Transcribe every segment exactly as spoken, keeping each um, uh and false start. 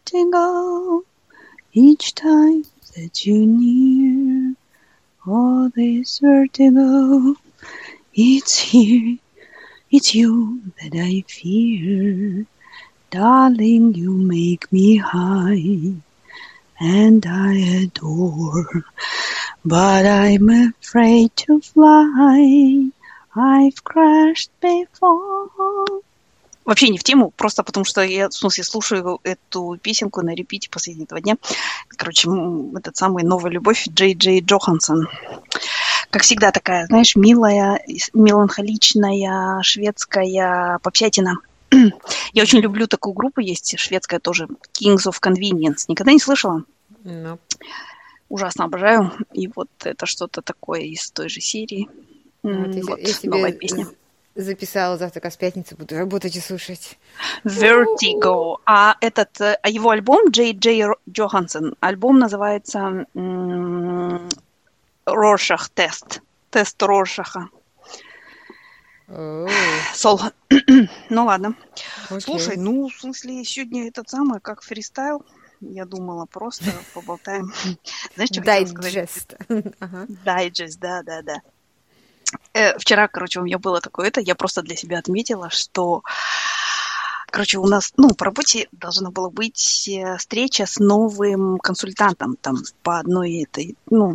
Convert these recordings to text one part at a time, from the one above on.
vertigo each time that you near. All this vertigo, it's here, it's you that I fear. Darling, you make me high, and I adore. But I'm afraid to fly. I've crashed before. Вообще не в тему, просто потому что я, в смысле, слушаю эту песенку на репите последние два дня. Короче, этот самый «Новая любовь» Джей Джей Джохансон. Как всегда, такая, знаешь, милая, меланхоличная, шведская попсятина. Я очень люблю такую группу, есть шведская тоже, Kings of Convenience. Никогда не слышала? No. Ужасно обожаю. И вот это что-то такое из той же серии. Вот, если, вот я новая песня. Записала завтра как с пятницы, буду работать и слушать. Vertigo. А этот, а его альбом Джей Джей Джохансон, альбом называется м- Роршах Тест. Тест Роршаха. Oh. Сол. Ну ладно. Okay. Слушай, ну, в смысле, сегодня этот самый, как фристайл. Я думала, просто поболтаем. Знаешь, что хотела сказать? Дайджест. Дайджест, да, да, да. Э, вчера, короче, у меня было такое это, я просто для себя отметила, что, короче, у нас, ну, по работе должна была быть встреча с новым консультантом, там, по одной этой, ну,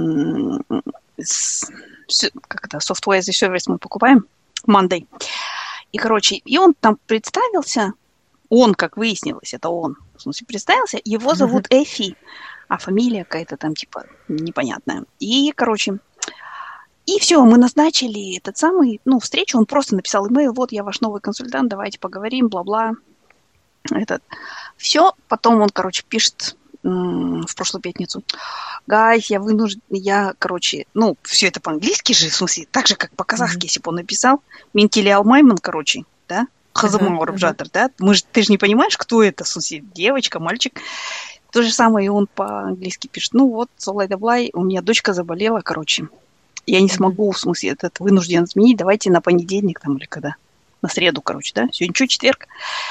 с, как это, software as a service мы покупаем, Monday. И, короче, и он там представился, он, как выяснилось, это он, в смысле, представился, его зовут Эфи, а фамилия какая-то там, типа, непонятная. И, короче... И все, мы назначили этот самый, ну, встречу, он просто написал имейл, вот я ваш новый консультант, давайте поговорим, бла-бла. Этот. Все, потом он, короче, пишет м- в прошлую пятницу. Гайс, я вынужден, я, короче, ну, все это по-английски же, в смысле, так же, как по-казахски, mm-hmm. если бы он написал. Минкили Алмайман, короче, да? Хазамау Рабжатор, да? Мы ж, ты же не понимаешь, кто это, в смысле, девочка, мальчик. То же самое и он по-английски пишет. Ну, вот, Солайдаблай, у меня дочка заболела, короче. Я не смогу, в смысле, этот вынужден изменить. Давайте на понедельник там или когда. На среду, короче, да? Сегодня что, четверг?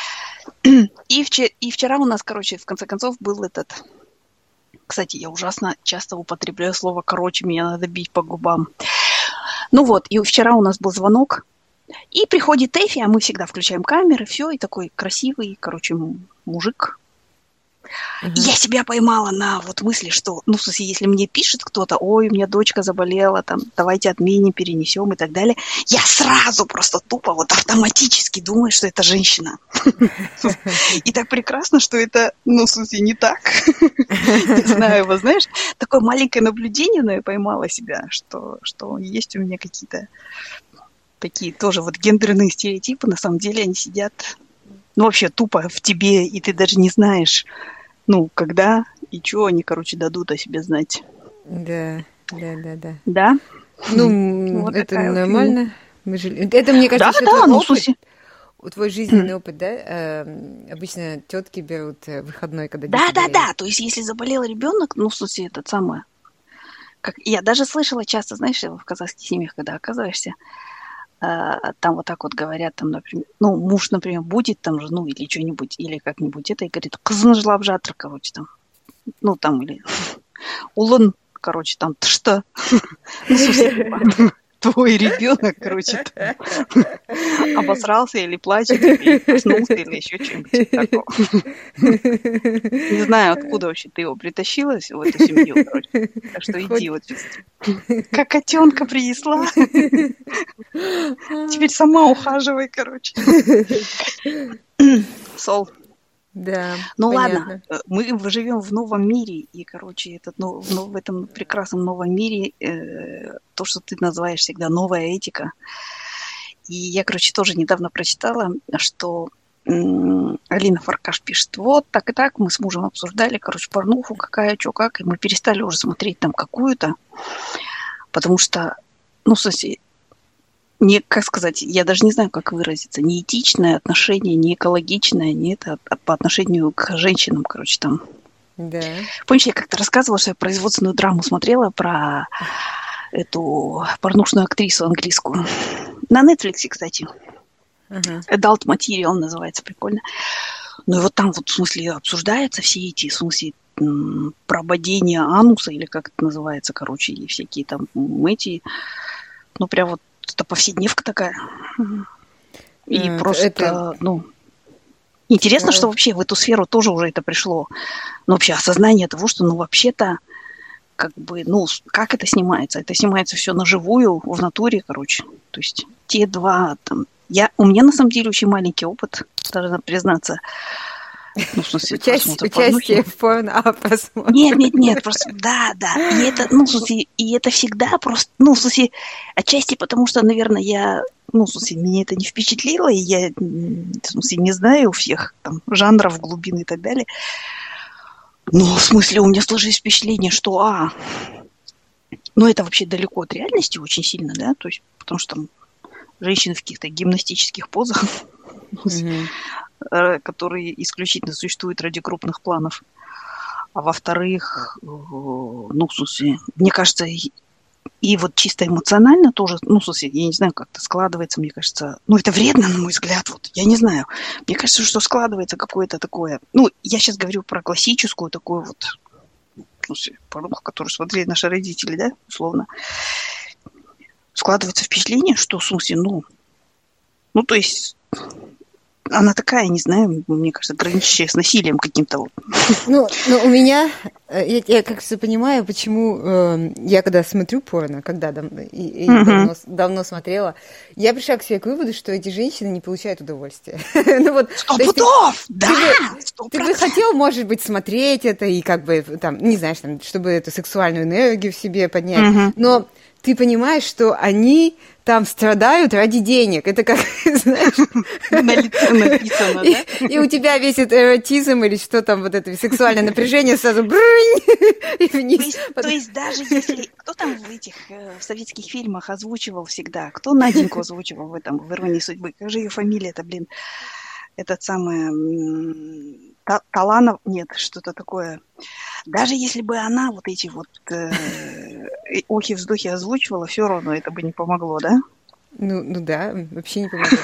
И, вчера, и вчера у нас, короче, в конце концов был этот... Кстати, я ужасно часто употребляю слово «короче», меня надо бить по губам. Ну вот, и вчера у нас был звонок. И приходит Эфи, а мы всегда включаем камеры, все, и такой красивый, короче, мужик. Uh-huh. Я себя поймала на вот мысли, что, ну, в смысле, если мне пишет кто-то, ой, у меня дочка заболела, там, давайте отменим, перенесем и так далее, я сразу просто тупо вот автоматически думаю, что это женщина. И так прекрасно, что это, ну, в смысле, не так. Не знаю, вы знаешь, такое маленькое наблюдение, но я поймала себя, что есть у меня какие-то такие тоже вот гендерные стереотипы, на самом деле они сидят... Ну, вообще тупо в тебе, и ты даже не знаешь, ну, когда и что они, короче, дадут о себе знать. Да, да, да, да. Да? Ну, вот это нормально. Мы жили... Это, мне кажется, да, еще да, твой ну, опыт, слушай. твой жизненный опыт, да? Э, обычно тетки берут выходной, когда да, дети да, болеют. Да, да, то есть если заболел ребенок, ну, в смысле, это самое. Как... Я даже слышала часто, знаешь, в казахских семьях, когда оказываешься, там вот так вот говорят, там, например, ну, муж, например, будет там жену или что-нибудь, или как-нибудь это, и говорит, қызың жылап жатыр, короче, там, ну, там, или улын, короче, там, ты что? Ну, слушай, твой ребенок, короче, обосрался или плачет, или проснулся, или еще что-нибудь такого. Не знаю, откуда вообще ты его притащила в эту семью, короче. Так что иди вот сейчас. Как котенка принесла. Теперь сама ухаживай, короче. Сол. Да, ну понятно. Ладно, мы живем в новом мире, и, короче, этот, ну, в этом прекрасном новом мире э, то, что ты называешь всегда новая этика. И я, короче, тоже недавно прочитала, что м- Алина Фаркаш пишет, вот так и так, мы с мужем обсуждали, короче, порнуху какая, что как, и мы перестали уже смотреть там какую-то, потому что, ну, в смысле, не, как сказать, я даже не знаю, как выразиться, неэтичное отношение, не экологичное, не это а по отношению к женщинам, короче, там. Да. Помнишь, я как-то рассказывала, что я производственную драму смотрела про эту порнушную актрису английскую. На Netflix, кстати. Uh-huh. Adult Material называется, прикольно. Ну и вот там вот, в смысле, обсуждаются все эти, в смысле, м, прободение ануса, или как это называется, короче, и всякие там м, эти, ну прям вот это повседневка такая. И Э, Это, это просто, ну, интересно, что цикл. вообще в эту сферу тоже уже это пришло. Ну, вообще осознание того, что, ну, вообще-то, как бы, ну, с- как это снимается? Это снимается все наживую, в натуре, короче. То есть те два, там, я, у меня, на самом деле, очень маленький опыт, должна признаться, ну, в смысле, Участие, просмотра порнухи. участие в порно-просмотре. Нет, нет, нет, просто, да, да. И это, ну, в смысле, и это всегда просто, ну, в смысле, отчасти потому, что, наверное, я, ну, в смысле, меня это не впечатлило, и я, м, в смысле, не знаю всех там жанров, глубин и так далее. Но, в смысле, у меня сложилось впечатление, что, а, ну, это вообще далеко от реальности очень сильно, да, то есть, потому что там женщины в каких-то гимнастических позах, Мгм. э, которые исключительно существуют ради крупных планов. А во-вторых, э, ну, в смысле, мне кажется, и, и вот чисто эмоционально тоже, ну, в смысле, я не знаю, как это складывается, мне кажется, ну, это вредно, на мой взгляд, вот, я не знаю. Мне кажется, что складывается какое-то такое, ну, я сейчас говорю про классическую такую вот, в смысле, порнуху, которую смотрели наши родители, да, условно. Складывается впечатление, что, в смысле, ну, ну, то есть, она такая, не знаю, мне кажется, граничащая с насилием каким-то вот. Ну, ну, у меня, э, я, я как все понимаю, почему э, я когда смотрю порно, когда дав- и, и Мгм. давно, с- давно смотрела, я пришла к себе к выводу, что эти женщины не получают удовольствия. Ну вот, Сто то есть ты, пудов! ты Да! бы, Сто ты бы процентов! хотел, может быть, смотреть это и как бы там, не знаешь, там, чтобы эту сексуальную энергию в себе поднять, Мгм. но ты понимаешь, что они там страдают ради денег. Это как, знаешь, На лице написано, и, да? и у тебя весь этот эротизм или что там, вот это сексуальное напряжение сразу брынь, и То вниз. есть, то есть даже если... Кто там в этих э, в советских фильмах озвучивал всегда? Кто Наденьку озвучивал в этом, в «Иронии судьбы»? Как же ее фамилия-то, блин? Этот самый... м, Та- Таланов... Нет, что-то такое. Даже если бы она вот эти вот э, охи-вздохи озвучивала, все равно это бы не помогло, да? Ну, ну да, вообще не помогло.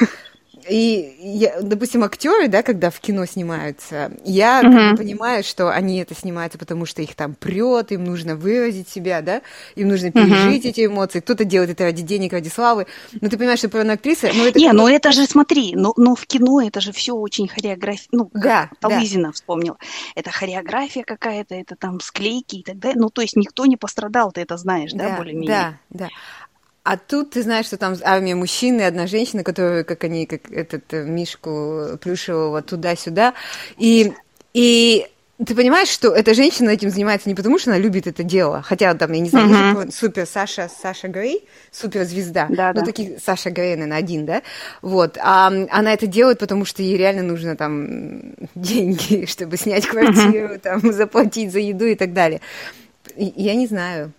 И, я, допустим, актеры, да, когда в кино снимаются, я как бы Мгм. понимаю, что они это снимаются, потому что их там прет, им нужно выразить себя, да, им нужно Мгм. пережить эти эмоции. Кто-то делает это ради денег, ради славы. Но ты понимаешь, что порноактриса, ну это Не, как ну вот, это же, знаешь, смотри, но, но в кино это же все очень хореография, ну, как да, да, Талызина вспомнил. Это хореография какая-то, это там склейки и так далее. Ну, то есть никто не пострадал, ты это знаешь, да, да, более-менее. да, да. А тут ты знаешь, что там армия мужчин и одна женщина, которая, как они, как этот э, Мишку Плюшевого туда-сюда. И, и ты понимаешь, что эта женщина этим занимается не потому, что она любит это дело. Хотя там, я не знаю, есть же Мгм. по- супер Саша, Саша Грей, суперзвезда. Ну, Да-да. таких Саша Грей, наверное, один, да? Вот. А м, она это делает, потому что ей реально нужно там м, деньги, чтобы снять Мгм. квартиру, там, заплатить за еду и так далее. И- я не знаю.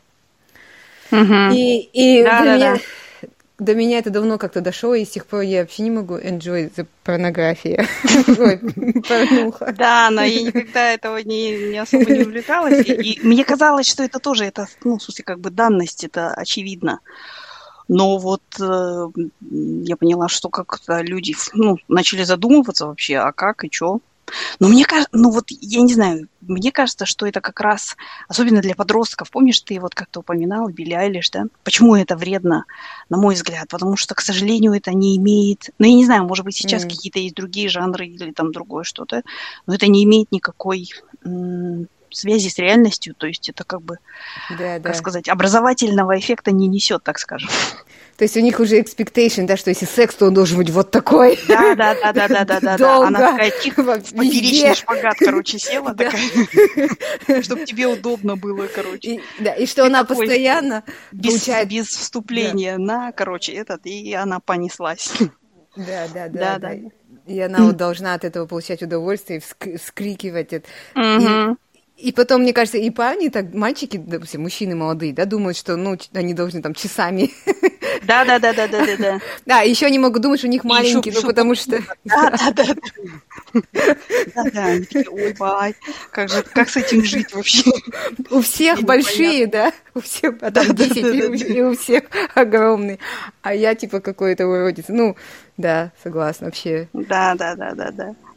Мгм. И, и до меня, Да-да-да. до меня это давно как-то дошло, и с тех пор я вообще не могу enjoy the порнография. Ой, порнуха. Да, но я никогда этого не, не особо не увлекалась. И, и мне казалось, что это тоже, это, ну, в смысле, как бы данность, это очевидно. Но вот э, м, я поняла, что как-то люди, ну, начали задумываться вообще, а как и что. Но мне кажется, ну вот я не знаю, мне кажется, что это как раз, особенно для подростков, помнишь, ты вот как-то упоминал Билли Айлиш, да? Почему это вредно, на мой взгляд? Потому что, к сожалению, это не имеет, ну я не знаю, может быть, сейчас М, какие-то есть другие жанры или там другое что-то, но это не имеет никакой м, связи с реальностью, то есть это как бы, Да, как да. сказать, образовательного эффекта не несет, так скажем. То есть у них уже expectation, да, что если секс, то он должен быть вот такой. Да, да, да, да, да, да, да, да. Она Долго, такая тихо во- в поперечный везде. шпагат, короче, села Да. такая, чтобы тебе удобно было, короче. И, да, и что Ты она такой постоянно без, получает... без Да, вступления на, короче, этот, и она понеслась. да, да, да, Да, да. да. И она вот должна от этого получать удовольствие, и вск- вскрикивать. это. И, Мгм. и потом, мне кажется, и парни, так, мальчики, допустим, мужчины молодые, да, думают, что, ну, ч- они должны там часами. Да, да, да, да, да, да, да. Да, еще они могут думать, что у них И еще, маленький, ну, еще потому что... да, да, да, да, да, да, они такие, ой, бай, как же, как с этим жить вообще? У Мне всех большие, непонятно. да? У всех, а Да, там да, десять, да, и да, у, да. и у всех огромный. А я типа какой-то уродец. Ну, да, согласна, вообще. Да, да, да, да, да.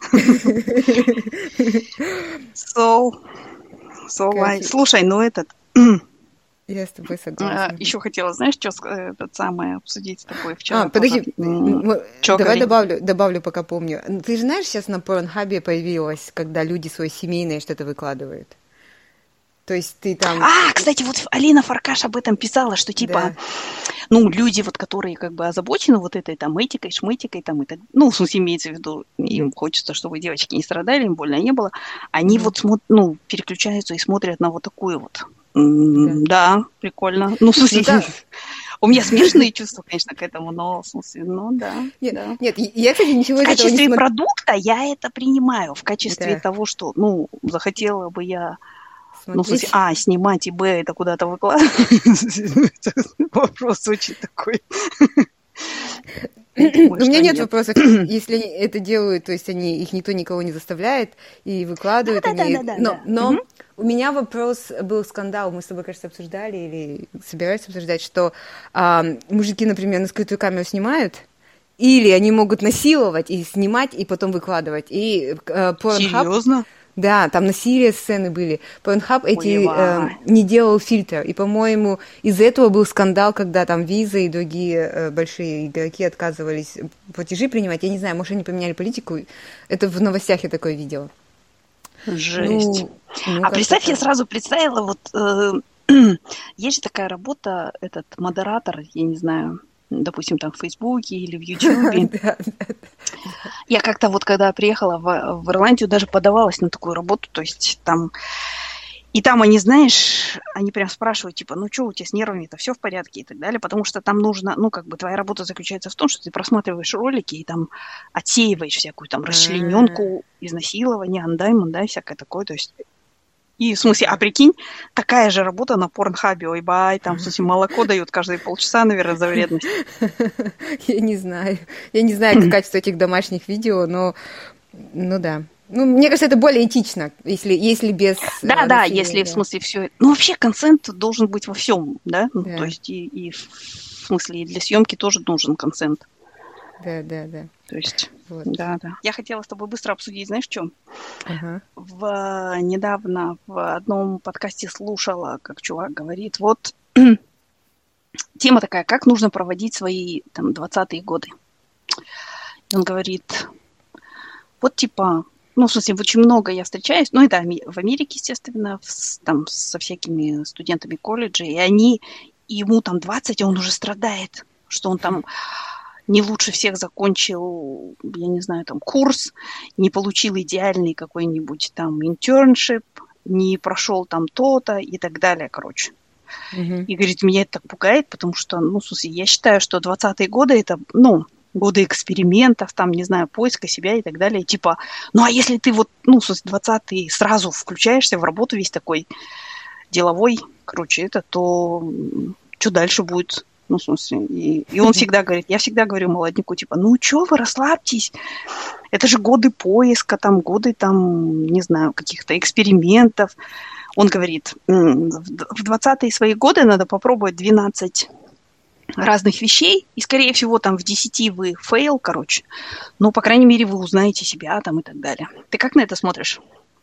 So, so why? Слушай, ну этот... Я с тобой согласна. Еще хотела, знаешь, что это самое обсудить с тобой вчера? А, подожди, давай добавлю, добавлю, пока помню. Ты же знаешь, сейчас на Порнхабе появилось, когда люди свое семейное что-то выкладывают. То есть ты там... А, кстати, вот Алина Фаркаш об этом писала, что типа, да. ну, люди, вот, которые как бы озабочены вот этой там этикой, шмытикой, там, и так, ну, в смысле, имеется в виду, им хочется, чтобы девочки не страдали, им больно не было, они mm-hmm. вот, смотр, ну, переключаются и смотрят на вот такую вот. Mm, да. да, прикольно. Ну, в смысле, да. У меня смешанные чувства, конечно, к этому, но, в смысле, ну, да. Нет, да. нет я, кстати, ничего из этого не смотрю. В качестве продукта я это принимаю, в качестве да. того, что, ну, захотела бы я... Смотрите. Ну, в смысле, а, снимать, и, б, это куда-то выкладывать. Вопрос очень такой. У меня нет вопросов. Если они это делают, то есть они их никто никого не заставляет и выкладывают. Но у меня вопрос, был скандал, мы с тобой, кажется, обсуждали или собирались обсуждать, что мужики, например, на скрытую камеру снимают, или они могут насиловать и снимать, и потом выкладывать. И Серьезно? Да, там насилие сцены были. Pornhub эти э, не делал фильтр. И, по-моему, из-за этого был скандал, когда там Visa и другие э, большие игроки отказывались платежи принимать. Я не знаю, может, они поменяли политику. Это в новостях я такое видела. Жесть. Ну, ну, а представь, я сразу представила, вот э, есть же такая работа, этот модератор, я не знаю, допустим, там в Фейсбуке или в Ютубе. Я как-то вот, когда приехала в, в Ирландию, даже подавалась на такую работу, то есть там... И там они, знаешь, они прям спрашивают, типа, ну что у тебя с нервами-то, все в порядке и так далее, потому что там нужно, ну, как бы твоя работа заключается в том, что ты просматриваешь ролики и там отсеиваешь всякую там расчлененку, изнасилование, андаймон, да, всякое такое, то есть... И, в смысле, а прикинь, такая же работа на Порнхабе, ой-бай, там, в смысле, молоко дают каждые полчаса, наверное, за вредность. Я не знаю. Я не знаю, как качество этих домашних видео, но, ну да. Ну, мне кажется, это более этично, если, если без... Да, да, если, да. в смысле, все... Ну, вообще, консент должен быть во всем, да? Ну, да. То есть, и, и, в смысле, и для съемки тоже нужен консент. Да, да, да. То есть, вот. да, да. Я хотела с тобой быстро обсудить, знаешь, что? Ага. В, недавно в одном подкасте слушала, как чувак говорит, вот тема такая, как нужно проводить свои там двадцатые годы. И он говорит, вот типа, ну, в смысле, очень много я встречаюсь, ну, это в Америке, естественно, в, там со всякими студентами колледжа, и они, ему там двадцать, а он уже страдает, что он там... не лучше всех закончил, я не знаю, там, курс, не получил идеальный какой-нибудь там internship, не прошел там то-то и так далее, короче. Mm-hmm. И, говорит, меня это так пугает, потому что, ну, в смысле, я считаю, что двадцатые годы это, ну, годы экспериментов, там, не знаю, поиска себя и так далее. И, типа, ну, а если ты вот, ну, в смысле, двадцатые сразу включаешься в работу весь такой деловой, короче, это, то что дальше будет? Ну, в смысле, и, и он всегда говорит, я всегда говорю молодняку, типа, ну, что вы, расслабьтесь, это же годы поиска, там, годы, там, не знаю, каких-то экспериментов. Он говорит, в двадцатые свои годы надо попробовать двенадцать разных вещей, и, скорее всего, там, в десяти вы фейл, короче, но, по крайней мере, вы узнаете себя, там, и так далее. Ты как на это смотришь?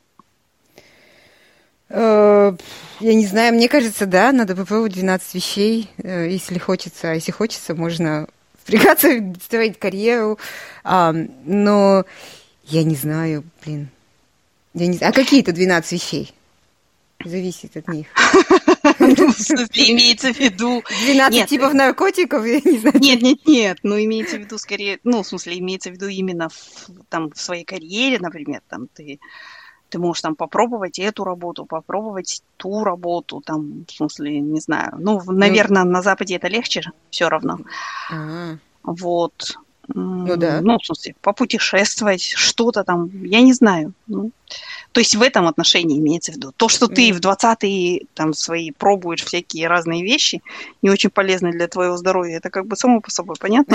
Я не знаю, мне кажется, да, надо попробовать двенадцать вещей, если хочется. А если хочется, можно впрягаться, строить карьеру. Но я не знаю, блин. Я не знаю. А какие это двенадцать вещей? Зависит от них. В смысле, имеется в виду... двенадцать типов наркотиков, я не знаю. Нет, нет, нет, ну, имеется в виду скорее... Ну, в смысле, имеется в виду именно там в своей карьере, например, там ты... Ты можешь там попробовать эту работу, попробовать ту работу, там, в смысле, не знаю. Ну, наверное, ну, на Западе это легче все равно. А-а-а. Вот. Ну, да. Ну, в смысле, попутешествовать, что-то там, я не знаю. Ну, то есть в этом отношении имеется в виду. То, что ты mm. в двадцатые там свои пробуешь всякие разные вещи, не очень полезны для твоего здоровья, это как бы само по собой понятно.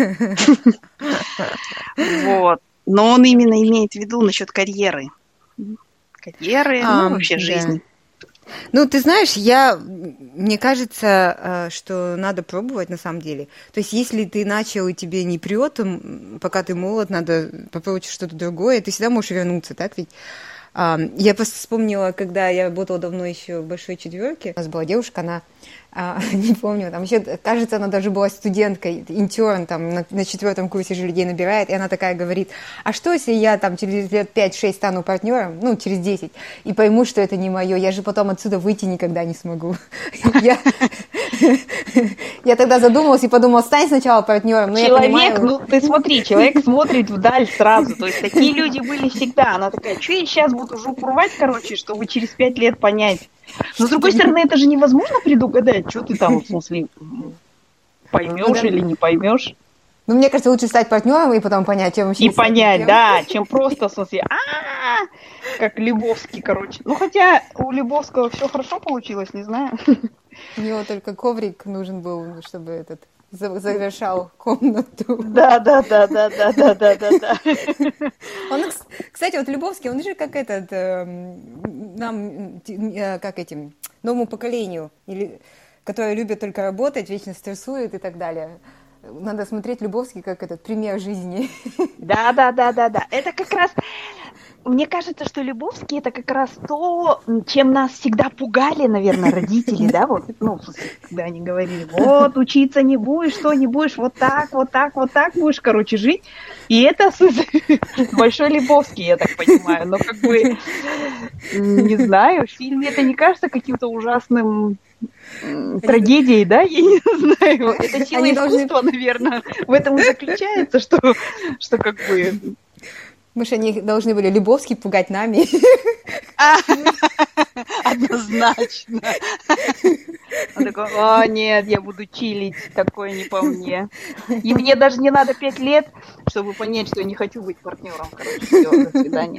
Вот. Но он именно имеет в виду насчет карьеры. Карьеры, а, ну, вообще да. жизни. Ну, ты знаешь, я, мне кажется, что надо пробовать на самом деле. То есть, если ты начал и тебе не прет, пока ты молод, надо попробовать что-то другое, ты всегда можешь вернуться, так ведь? Я просто вспомнила, когда я работала давно еще в «Большой четверке», у нас была девушка, она, не помню, там еще, кажется, она даже была студенткой, интерн, там, на, на четвертом курсе же людей набирает, и она такая говорит, а что, если я там через лет пять-шесть стану партнером, ну, через десять, и пойму, что это не мое, я же потом отсюда выйти никогда не смогу. Я тогда задумалась и подумала, стань сначала партнером. Но человек, я понимаю... ну ты смотри, человек смотрит вдаль сразу. То есть такие люди были всегда. Она такая, что я сейчас буду жопу рвать, короче, чтобы через пять лет понять. Но с другой стороны, это же невозможно предугадать, что ты там, в смысле, поймешь ну, да. или не поймешь. Ну, мне кажется, лучше стать партнером и потом понять, чем вообще. И понять, тем. Да, чем просто, в смысле, а как Лебовский, короче. Ну, хотя у Лебовского все хорошо получилось, не знаю. У него только коврик нужен был, чтобы этот завершал комнату. Да, да, да, да, да, да, да, да, да. Он, кстати, вот Лебовский, он же как этот, нам, как этим, новому поколению, или, которое любит только работать, вечно стрессует и так далее. Надо смотреть Лебовский как этот пример жизни. Да, да, да, да, да. Это как раз, мне кажется, что Лебовский это как раз то, чем нас всегда пугали, наверное, родители, да, вот, ну, когда они говорили, вот, учиться не будешь, что не будешь, вот так, вот так, вот так будешь, короче, жить. И это большой Лебовский, я так понимаю, но как бы, не знаю, в фильме это не кажется каким-то ужасным... трагедией, да, я не знаю, это сила Они искусства, должны... наверное, в этом и заключается, что, что как бы... Мы же они должны были Лебовский пугать нами. Однозначно. Он такой, о, нет, я буду чилить, такое не по мне. И мне даже не надо пять лет, чтобы понять, что я не хочу быть партнером, короче, все, до свидания.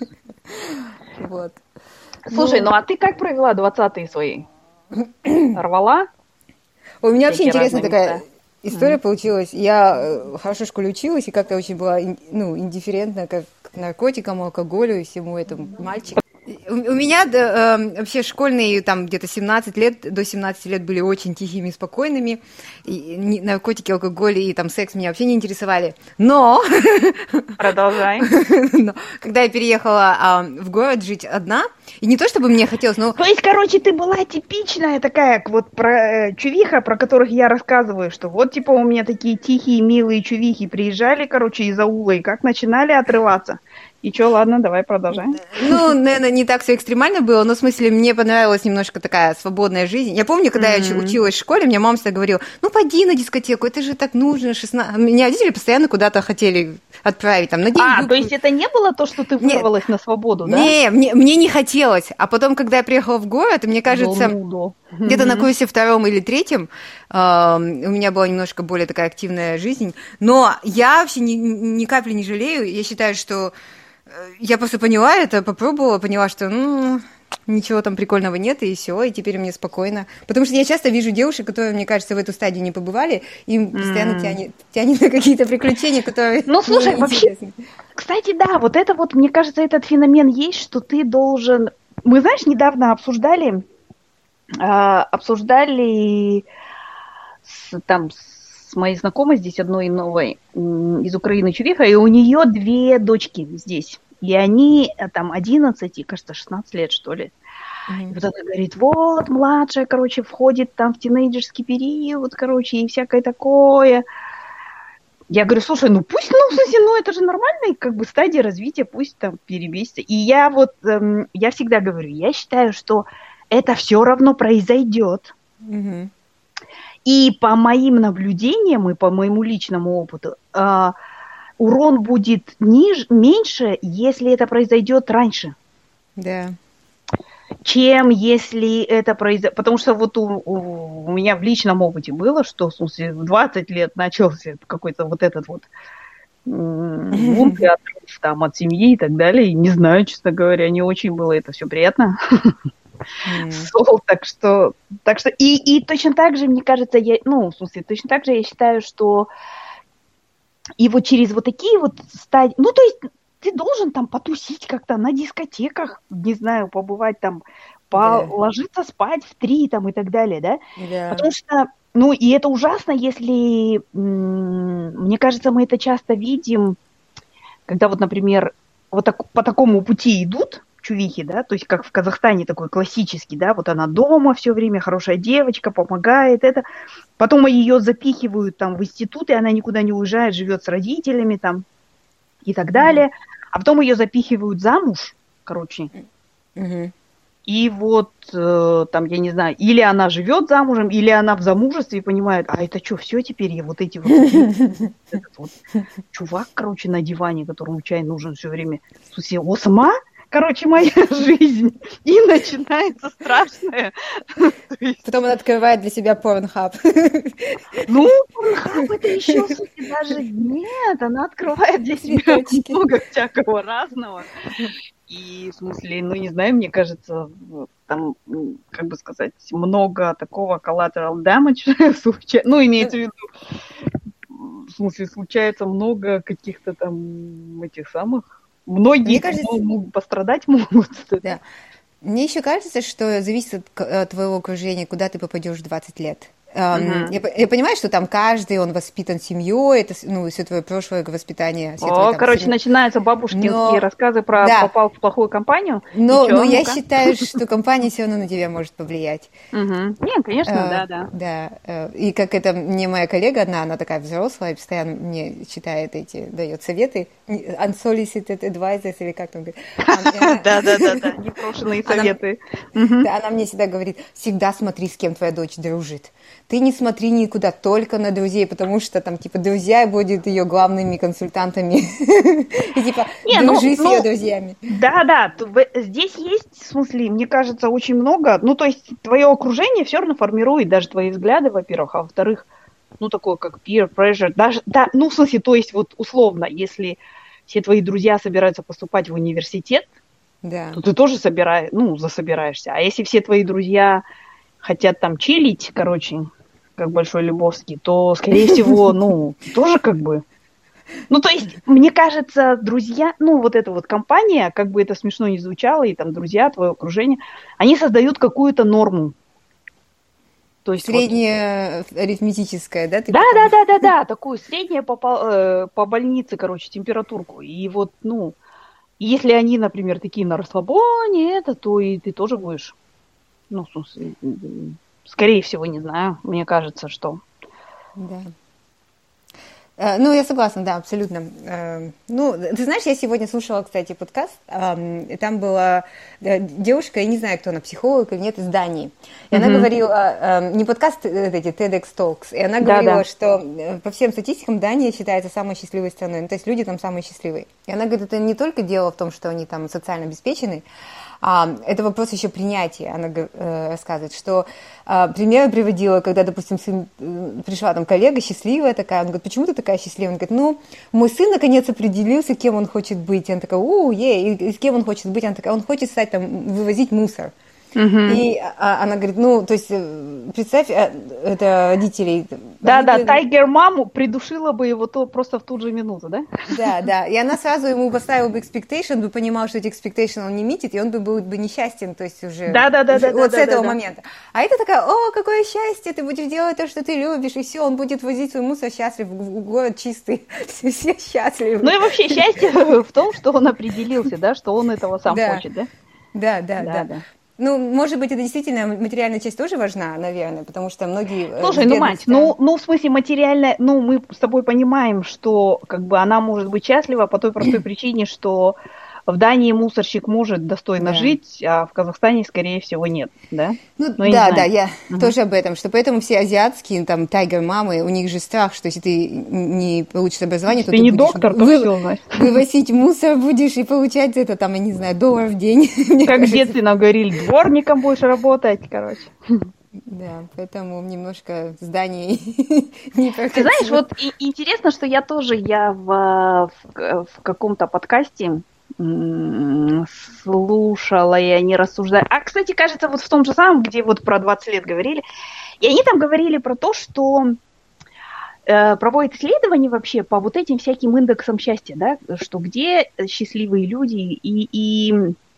Вот. Слушай, ну а ты как провела двадцатые свои? Рвала? У меня вообще интересная такая история mm-hmm. получилась. Я хорошо в школе училась и как-то очень была ну, индифферентна как к наркотикам, алкоголю и всему этому мальчику. У, у меня да, э, вообще школьные там где-то семнадцать лет, до семнадцати лет были очень тихими, спокойными. И, и, наркотики, алкоголь и там секс меня вообще не интересовали. Но... Продолжай. Но когда я переехала э, в город жить одна, и не то чтобы мне хотелось, но... То есть, короче, ты была типичная такая вот про, э, чувиха, про которых я рассказываю, что вот типа у меня такие тихие, милые чувихи приезжали, короче, из аула, и как начинали отрываться. И что, ладно, давай продолжаем. Ну, наверное, не так все экстремально было, но в смысле мне понравилась немножко такая свободная жизнь. Я помню, когда mm-hmm. я училась в школе, мне мама всегда говорила, ну, пойди на дискотеку, это же так нужно, шестнадцать... Меня родители постоянно куда-то хотели отправить, там, на день. А, то есть это не было то, что ты вырвалась Нет. на свободу, да? Не, мне, мне не хотелось. А потом, когда я приехала в город, мне кажется, ну, да. где-то mm-hmm. на курсе втором или третьем э, у меня была немножко более такая активная жизнь, но я вообще ни, ни капли не жалею, я считаю, что я просто поняла это, попробовала, поняла, что ну, ничего там прикольного нет, и все, и теперь мне спокойно. Потому что я часто вижу девушек, которые, мне кажется, в эту стадию не побывали, им постоянно mm. тянет, тянет на какие-то приключения, которые... Ну, слушай, вообще, кстати, да, вот это вот, мне кажется, этот феномен есть, что ты должен... Мы, знаешь, недавно обсуждали, э, обсуждали с, там, с моей знакомой здесь, одной новой, из Украины чувиха, и у нее две дочки здесь. И они там одиннадцать и, кажется, шестнадцать лет, что ли. Mm-hmm. И вот она говорит, вот, младшая, короче, входит там в тинейджерский период, короче, и всякое такое. Я говорю, слушай, ну пусть, ну, в смысле, ну, это же нормальная, как бы, стадия развития, пусть там перебесится. И я вот, эм, я всегда говорю, я считаю, что это все равно произойдет. Mm-hmm. И по моим наблюдениям и по моему личному опыту, э, урон будет ниже, меньше, если это произойдет раньше. Да. Чем если это произойдет. Потому что вот у, у, у меня в личном опыте было, что в смысле, в двадцать лет начался какой-то вот этот вот бунт там от семьи и так далее. И не знаю, честно говоря, не очень было это все приятно. Mm. Сол, так что, так что и, и точно так же, мне кажется, я, ну, в смысле, точно так же я считаю, что и вот через вот такие вот стадии, ну, то есть ты должен там потусить как-то на дискотеках, не знаю, побывать там, положиться да. спать в три там и так далее, да? Да. Потому что, ну, и это ужасно, если, мне кажется, мы это часто видим, когда вот, например, вот так, по такому пути идут чувихи, да, то есть как в Казахстане такой классический, да, вот она дома все время, хорошая девочка, помогает, это, потом ее запихивают там в институт, и она никуда не уезжает, живет с родителями там и так далее, mm-hmm. а потом ее запихивают замуж, короче, mm-hmm. и вот э, там, я не знаю, или она живет замужем, или она в замужестве и понимает, а это что, все теперь, я вот эти вот, этот вот чувак, короче, на диване, которому чай нужен все время, в смысле, о, сама? Короче, моя жизнь. И начинается страшное. Потом она открывает для себя Pornhub. Ну, Pornhub это еще, кстати, даже нет. Она открывает для себя много всякого разного. И, в смысле, ну, не знаю, мне кажется, там, как бы сказать, много такого collateral damage случается. Ну, имеется в виду, в смысле, случается много каких-то там этих самых. Многие Мне кажется, могут пострадать могут. Да. Мне еще кажется, что зависит от твоего окружения, куда ты попадешь в двадцать лет. Uh-huh. Я, я понимаю, что там каждый, он воспитан семьей, это, ну, все твое прошлое воспитание. Все О, твои, там, короче, семьи. начинаются бабушкинские но... рассказы про да. попал в плохую компанию. Но, чё, но я ну-ка? считаю, что компания все равно на тебя может повлиять. Uh-huh. Нет, конечно, а, да, да. Да, и как это мне моя коллега одна, она такая взрослая, постоянно мне читает эти, дает советы, unsolicited advices, или как там говорит. Да-да-да, непрошенные советы. Она мне всегда говорит, всегда смотри, с кем твоя дочь дружит. Ты не смотри никуда, только на друзей, потому что там, типа, друзья будут ее главными консультантами. И, типа, дружи с ее друзьями. Да-да, здесь есть, в смысле, мне кажется, очень много. Ну, то есть, твое окружение все равно формирует даже твои взгляды, во-первых, а во-вторых, ну, такое, как peer pressure. Даже, да, ну, в смысле, то есть, вот, условно, если все твои друзья собираются поступать в университет, да. то ты тоже собираешь, ну, засобираешься. А если все твои друзья хотят там чилить, короче, как Большой Любовский, то, скорее всего, ну, тоже как бы... Ну, то есть, мне кажется, друзья, ну, вот эта вот компания, как бы это смешно ни звучало, и там друзья, твое окружение, они создают какую-то норму. То есть среднее вот... арифметическое, да? Да, да, да, да, да, да, такую среднее по, по, по больнице, короче, температурку. И вот, ну, если они, например, такие на расслабоне, это, то и ты тоже будешь, ну, в смысле, скорее всего, не знаю, мне кажется, что... Да. Ну, я согласна, да, абсолютно. Ну, ты знаешь, я сегодня слушала, кстати, подкаст, и там была девушка, я не знаю, кто она, психолог или нет, из Дании. И mm-hmm. она говорила, не подкаст, эти TEDx Talks, и она говорила, да, да. что по всем статистикам Дания считается самой счастливой страной, ну, то есть люди там самые счастливые. И она говорит, это не только дело в том, что они там социально обеспечены, А, это вопрос еще принятия. Она э, рассказывает, что э, примеры приводила, когда, допустим, сын, э, пришла там коллега счастливая такая, он говорит, почему ты такая счастливая? Он говорит, ну, мой сын наконец определился, кем он хочет быть. И она такая, у, ей, и, и с кем он хочет быть? Она такая, он хочет стать там, вывозить мусор. Uh-huh. И а, она говорит, ну, то есть, представь, это родителей. Да-да, родители... Тайгер маму придушила бы его то, просто в ту же минуту, да? Да, да, и она сразу ему поставила бы expectation, бы понимал, что эти expectation он не митит, и он бы был бы несчастен, то есть уже, да, да, да, уже да, вот да, с этого да, момента. Да. А это такая, о, какое счастье, ты будешь делать то, что ты любишь, и все, он будет возить свой мусор счастлив, город чистый, все счастливы. Ну и вообще счастье в том, что он определился, да, что он этого сам да. хочет, да? Да, да, да. да. Ну, может быть, это действительно материальная часть тоже важна, наверное, потому что многие... Слушай, ну, мать, ну, ну, в смысле материальная, ну, мы с тобой понимаем, что, как бы, она может быть счастлива по той простой причине, что в Дании мусорщик может достойно да. жить, а в Казахстане, скорее всего, нет, да? Ну, ну да, да, я угу. тоже об этом, что поэтому все азиатские, там, тайгер-мамы, у них же страх, что если ты не получишь образование, если то ты, ты не будешь доктор, то вы... все, значит. вывозить мусор будешь и получать это, там, я не знаю, доллар в день. Как в детстве нам говорили, дворником будешь работать, короче. Да, поэтому немножко здание не прокатило. Ты знаешь, вот и, интересно, что я тоже, я в, в, в каком-то подкасте слушала, и они рассуждали. А, кстати, кажется, вот в том же самом, где вот про двадцать лет говорили, и они там говорили про то, что проводит исследования вообще по вот этим всяким индексам счастья, да, что где счастливые люди, и, и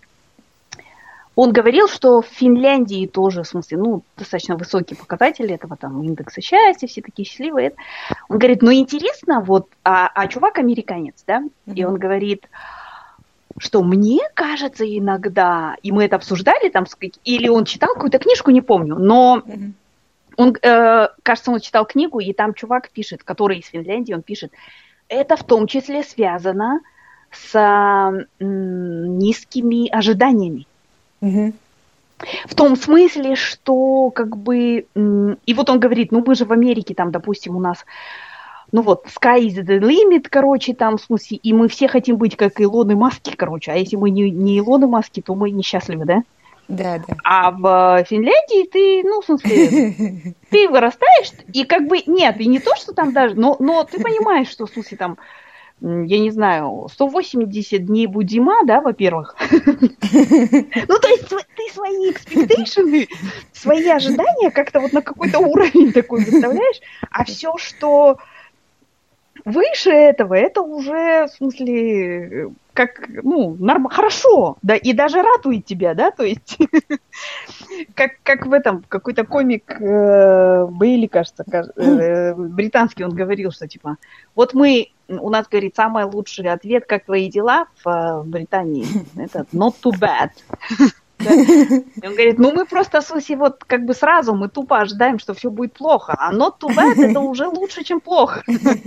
он говорил, что в Финляндии тоже, в смысле, ну, достаточно высокие показатели этого там индекса счастья, все такие счастливые. Он говорит, ну, интересно, вот, а, а чувак американец, да, mm-hmm. и он говорит, что мне кажется иногда, и мы это обсуждали там, или он читал какую-то книжку, не помню, но... Mm-hmm. Он, э, кажется, он читал книгу, и там чувак пишет, который из Финляндии, он пишет, это в том числе связано с м, низкими ожиданиями. Mm-hmm. В том смысле, что как бы... М, и вот он говорит, ну мы же в Америке, там, допустим, у нас, ну вот, sky is the limit, короче, там, в смысле, и мы все хотим быть как Илоны Маски, короче, а если мы не, не Илоны Маски, то мы несчастливы, да? Да, да. А в Финляндии ты, ну, в смысле, ты вырастаешь, и как бы, нет, и не то, что там даже, но, но ты понимаешь, что, в смысле, там, я не знаю, сто восемьдесят дней будет зима, да, во-первых. Ну, то есть ты свои экспектейшены, свои ожидания как-то вот на какой-то уровень такой выставляешь, а все, что выше этого, это уже, в смысле, как, ну, норм... хорошо, да, и даже радует тебя, да, то есть, как, как в этом, какой-то комик э, Бейли, кажется, э, британский, он говорил, что, типа, вот мы, у нас, говорит, самый лучший ответ, как твои дела в, в Британии, это not too bad. Да? И он говорит, ну мы просто, в смысле, вот как бы сразу мы тупо ожидаем, что все будет плохо, а not too bad это уже лучше, чем плохо.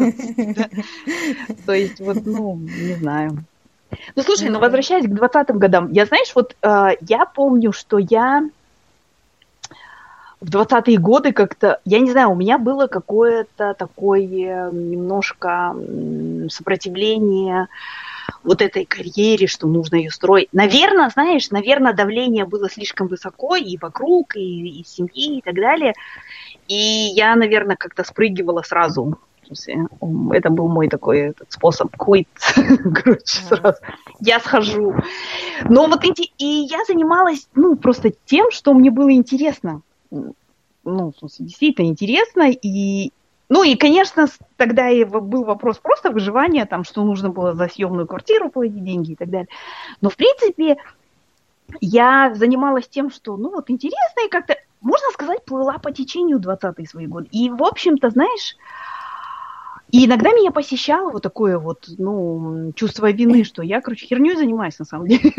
То есть, вот, ну, не знаю. Ну, слушай, ну, возвращаясь к двадцатым годам, я, знаешь, вот я помню, что я в двадцатые годы как-то, я не знаю, у меня было какое-то такое немножко сопротивление вот этой карьере, что нужно ее строить. Наверное, знаешь, наверное, давление было слишком высоко и вокруг, и, и в семье, и так далее. И я, наверное, как-то спрыгивала сразу. Это был мой такой этот способ quit. Короче, сразу. Я схожу. Но вот эти... И я занималась, ну, просто тем, что мне было интересно. Ну, в смысле, действительно интересно. И... Ну и, конечно, тогда и был вопрос просто выживания, там, что нужно было за съемную квартиру платить деньги и так далее. Но, в принципе, я занималась тем, что, ну, вот интересно, и как-то, можно сказать, плыла по течению двадцатые свои годы. И, в общем-то, знаешь, и иногда меня посещало вот такое вот, ну, чувство вины, что я, короче, херней занимаюсь, на самом деле.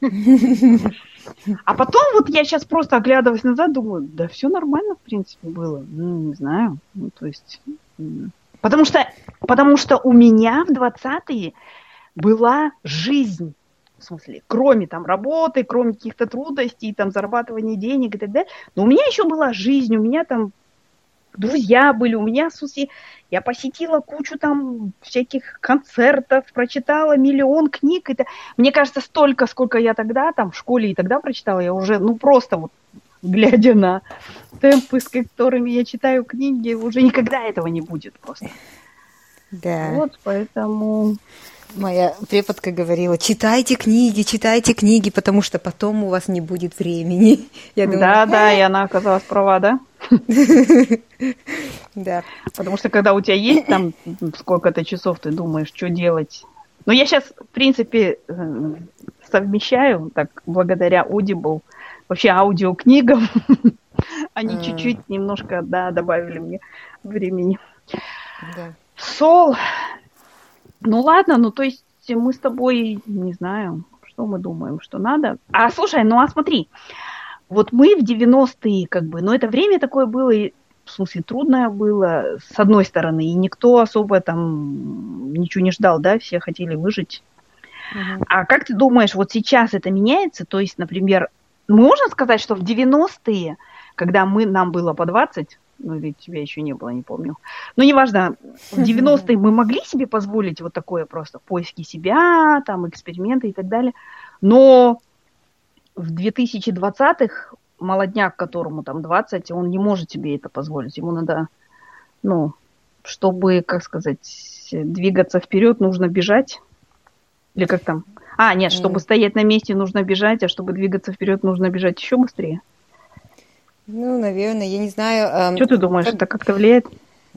А потом вот я сейчас просто оглядываясь назад, думаю, да все нормально, в принципе, было. Ну, не знаю. Ну, то есть... Потому что, потому что у меня в двадцатые была жизнь. В смысле, кроме там работы, кроме каких-то трудностей, там, зарабатывания денег и так далее. Но у меня еще была жизнь, у меня там друзья были, у меня, в смысле, я посетила кучу там всяких концертов, прочитала миллион книг. Это, мне кажется, столько, сколько я тогда там в школе и тогда прочитала, я уже, ну, просто вот, глядя на темпы, с которыми я читаю книги, уже никогда этого не будет просто. Да. Вот, поэтому... Моя преподка говорила, читайте книги, читайте книги, потому что потом у вас не будет времени. Я думаю, да, да, и она оказалась права, да? Да. Потому что когда у тебя есть там сколько-то часов, ты думаешь, что делать. Но я сейчас, в принципе, совмещаю, так, благодаря Audible, вообще аудиокнигам. Они чуть-чуть немножко, да, добавили мне времени. Да. Сол... Ну ладно, ну то есть мы с тобой, не знаю, что мы думаем, что надо. А слушай, ну а смотри, вот мы в девяностые, как бы, ну это время такое было, в смысле трудное было, с одной стороны, и никто особо там ничего не ждал, да, все хотели выжить. Uh-huh. А как ты думаешь, вот сейчас это меняется? То есть, например, можно сказать, что в девяностые, когда мы, нам было по двадцать, ну, или тебя еще не было, не помню. Но неважно, в девяностые мы могли себе позволить вот такое просто поиски себя, там, эксперименты и так далее. Но в две тысячи двадцатых молодняк, которому там двадцать, он не может себе это позволить. Ему надо, ну, чтобы, как сказать, двигаться вперед, нужно бежать. Или как там? А, нет, чтобы стоять на месте, нужно бежать, а чтобы двигаться вперед, нужно бежать еще быстрее. Ну, наверное, я не знаю. Что ты думаешь, как... это как-то влияет?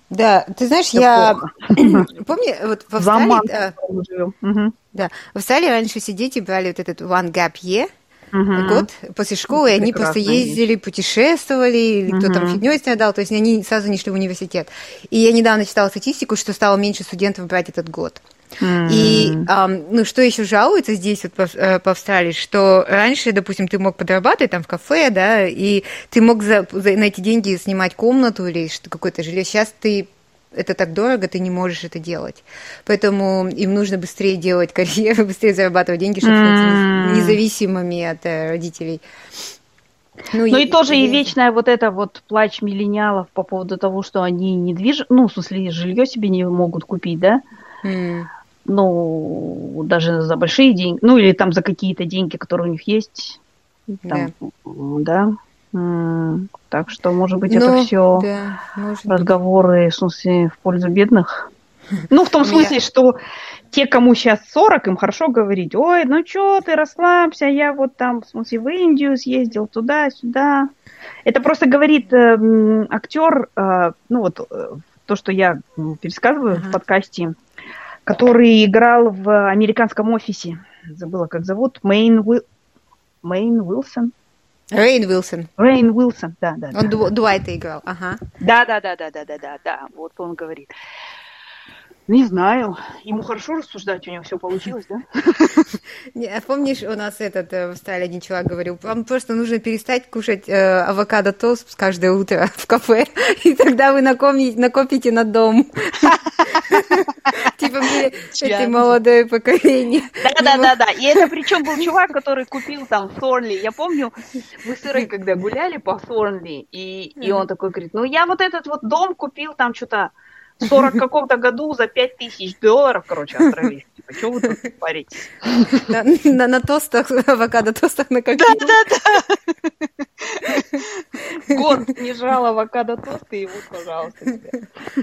Да, ты знаешь, Всё я плохо. помню, вот в Заман Австралии, э, мы живем. Мгм. да, в Австралии раньше все дети брали вот этот one gap year, Мгм. год после школы, и Это они просто прекрасная вещь. ездили, путешествовали, или кто там Мгм. фигней страдал, то есть они сразу не шли в университет. И я недавно читала статистику, что стало меньше студентов брать этот год. И, М. ам, ну, что еще жалуется здесь, вот, по, э, по Австралии, что раньше, допустим, ты мог подрабатывать там в кафе, да, и ты мог за, за, на эти деньги снимать комнату или что, какое-то жилье. Сейчас ты это так дорого, ты не можешь это делать. Поэтому им нужно быстрее делать карьеру, быстрее зарабатывать деньги, чтобы становиться М. независимыми от э, родителей. Ну, Ну и и, тоже и я не знаю. вечная вот эта вот плач миллениалов по поводу того, что они недвиж... ну, в смысле, жилье себе не могут купить, да? М, Ну, даже за большие деньги, ну или там за какие-то деньги, которые у них есть, да. там, м, да. М, Так что, может быть, это Ну, все да, может быть. разговоры, в смысле, в пользу бедных. Ну, в том У меня... смысле, что те, кому сейчас сорок, им хорошо говорить: ой, ну что ты, расслабься, я вот там, в смысле, в Индию съездил, туда-сюда. Это просто говорит э, м, актер, э, ну вот э, то, что я м, пересказываю в Ага. подкасте, который играл в «Американском офисе». Забыла, как зовут. Мэйн, Уил... Мэйн Уилсон. Рейн Уилсон. Рейн Уилсон, да, да, Он да. Ду- Дуайта играл, ага. Да, да, да, да, да, да, да, да. Вот он говорит. Не знаю. Ему хорошо рассуждать, у него все получилось, да? Не, а помнишь, у нас этот э, в Австралии один человек говорил, вам просто нужно перестать кушать э, авокадо тост каждое утро в кафе, и тогда вы накопите, накопите на дом. Типа мы, это молодое поколение. Да, да, да, да. И это причем был чувак, который купил там Thornley. Я помню, мы с Ирой когда гуляли по Thornley, и, и он такой говорит: ну я вот этот вот дом купил там что-то в сорок каком-то году за пять тысяч долларов, короче, австралийских. Типа, что вы тут паритесь? На, на, на тостах, авокадо тостах накопил. Да, да, да. Год не жрал авокадо тосты, и вот, пожалуйста, тебе.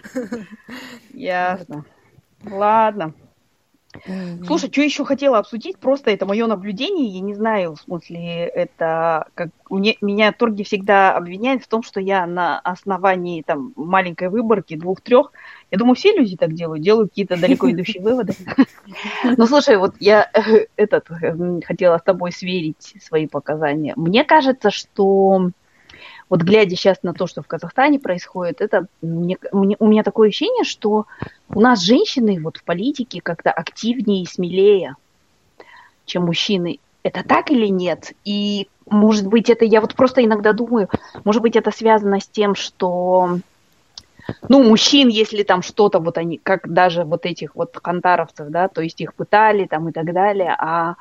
Ясно. Ладно. Слушай, что еще хотела обсудить, просто это мое наблюдение, я не знаю, в смысле, это как мне, меня торги всегда обвиняют в том, что я на основании там маленькой выборки, двух-трех, я думаю, все люди так делают, делают какие-то далеко идущие выводы. Ну, слушай, вот я этот хотела с тобой сверить свои показания. Мне кажется, что вот глядя сейчас на то, что в Казахстане происходит, это мне, мне, у меня такое ощущение, что у нас женщины вот в политике как-то активнее и смелее, чем мужчины. Это так или нет? И, может быть, это, я вот просто иногда думаю, может быть, это связано с тем, что, ну, мужчин, если там что-то, вот они, как даже вот этих вот хантаровцев, да, то есть их пытали там и так далее, а,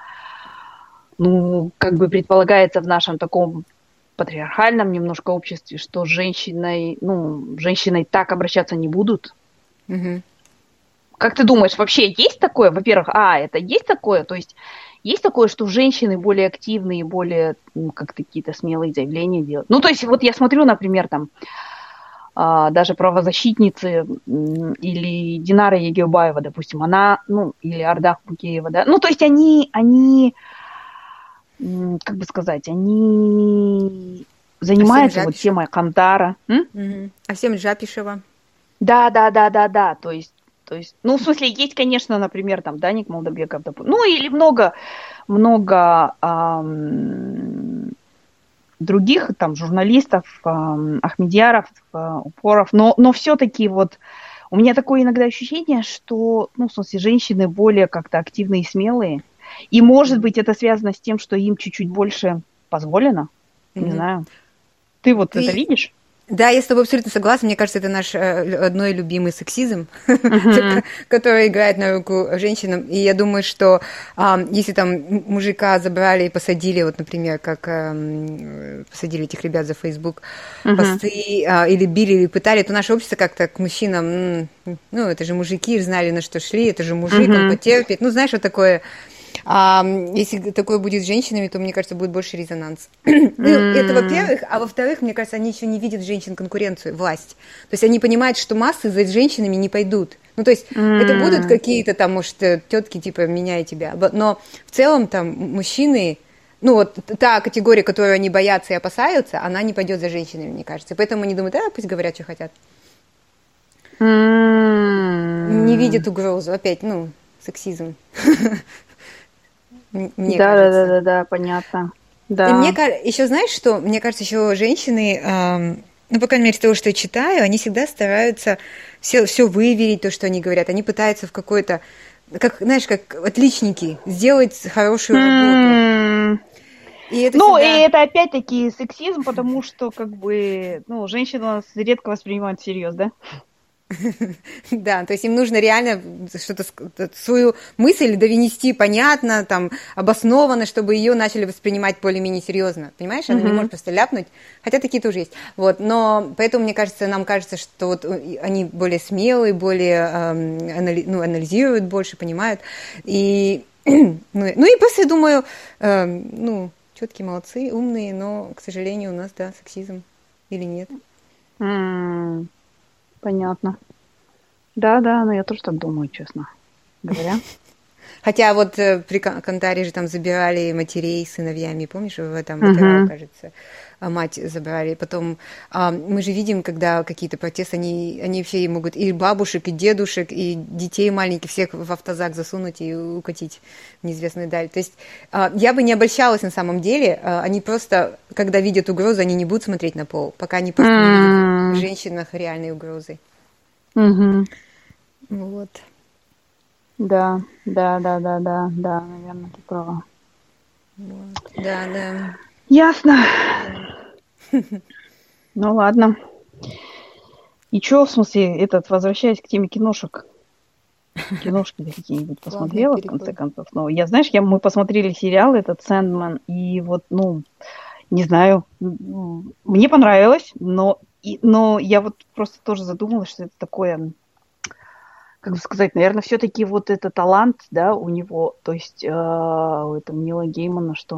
ну, как бы предполагается в нашем таком патриархальном немножко обществе, что с женщиной, ну, женщиной так обращаться не будут. Угу. Как ты думаешь, вообще есть такое? Во-первых, а, это есть такое? То есть есть такое, что женщины более активные, более, ну, как-то какие-то смелые заявления делают? Ну, то есть вот я смотрю, например, там, а, даже правозащитницы м, или Динара Егеубаева, допустим, она, ну, или Ардах Букеева, да, ну, то есть они, они как бы сказать, они занимаются вот темой Кантара. Угу. Асем Джапишева. Да, да, да, да, да. То есть, то есть, ну, в смысле, есть, конечно, например, там Даник Молдобеков, ну, или много, много эм, других там журналистов, эм, Ахмедьяров, э, Упоров, но, но все-таки вот у меня такое иногда ощущение, что, ну, в смысле, женщины более как-то активные и смелые. И, может быть, это связано с тем, что им чуть-чуть больше позволено. Mm-hmm. Не знаю. Ты вот Ты... это видишь? Да, я с тобой абсолютно согласна. Мне кажется, это наш одной любимый сексизм, uh-huh. который играет на руку женщинам. И я думаю, что а, если там мужика забрали и посадили, вот, например, как а, посадили этих ребят за Facebook, uh-huh. посты, а, или били, или пытали, то наше общество как-то к мужчинам, ну, это же мужики, знали, на что шли, это же мужик, uh-huh. он потерпит. Ну, знаешь, вот такое... А если такое будет с женщинами, то, мне кажется, будет больше резонанс. Mm-hmm. Это, во-первых. А во-вторых, мне кажется, они еще не видят в женщин конкуренцию, власть. То есть они понимают, что массы за женщинами не пойдут. Ну, то есть mm-hmm. это будут какие-то там, может, тетки типа меня и тебя. Но в целом там мужчины... Ну, вот та категория, которую они боятся и опасаются, она не пойдет за женщинами, мне кажется. И поэтому они думают, а, пусть говорят, что хотят. Не видят угрозу. Опять, ну, сексизм. Мне да, кажется. Да, да, да, да, понятно. Да. И мне еще, знаешь, что? Мне кажется, еще женщины, эм, ну, по крайней мере, из того, что я читаю, они всегда стараются все, все выверить, то, что они говорят. Они пытаются в какой-то, как, знаешь, как отличники, сделать хорошую работу. И это ну, всегда... и это опять-таки сексизм, потому что, как бы, ну, женщины у нас редко воспринимают всерьез, да? Да, то есть им нужно реально что-то, свою мысль довнести понятно, там, обоснованно, чтобы ее начали воспринимать более-менее серьезно. Понимаешь? Она uh-huh. не может просто ляпнуть, хотя такие тоже есть. Вот, но поэтому, мне кажется, нам кажется, что вот они более смелые, более эм, анали, ну, анализируют больше, понимают. И, ну, ну и после, думаю, эм, ну, четкие, молодцы, умные, но, к сожалению, у нас, да, сексизм или нет. Mm. Понятно. Да, да, но я тоже так думаю, честно говоря. Хотя вот при Кантаре же там забирали матерей с сыновьями, помнишь, в этом uh-huh. кажется, мать забрали. Потом а, мы же видим, когда какие-то протесты, они, они все могут и бабушек, и дедушек, и детей маленьких всех в автозак засунуть и укатить в неизвестную даль. То есть а, я бы не обольщалась на самом деле. А, они просто, когда видят угрозу, они не будут смотреть на пол, пока они просто uh-huh. не видят в женщинах реальной угрозы. Uh-huh. Вот. Да, да, да, да, да, да, наверное, ты права. Вот. Да, да. Ясно. Ну ладно. И чё, в смысле, этот, возвращаясь к теме киношек, киношки какие-нибудь посмотрела, в конце концов? Ну, я, знаешь, я, мы посмотрели сериал этот «Сэндман», и вот, ну, не знаю, мне понравилось, но, и, но я вот просто тоже задумалась, что это такое... Как бы сказать, наверное, все-таки вот это талант, да, у него, то есть э, у этого Нила Геймана, что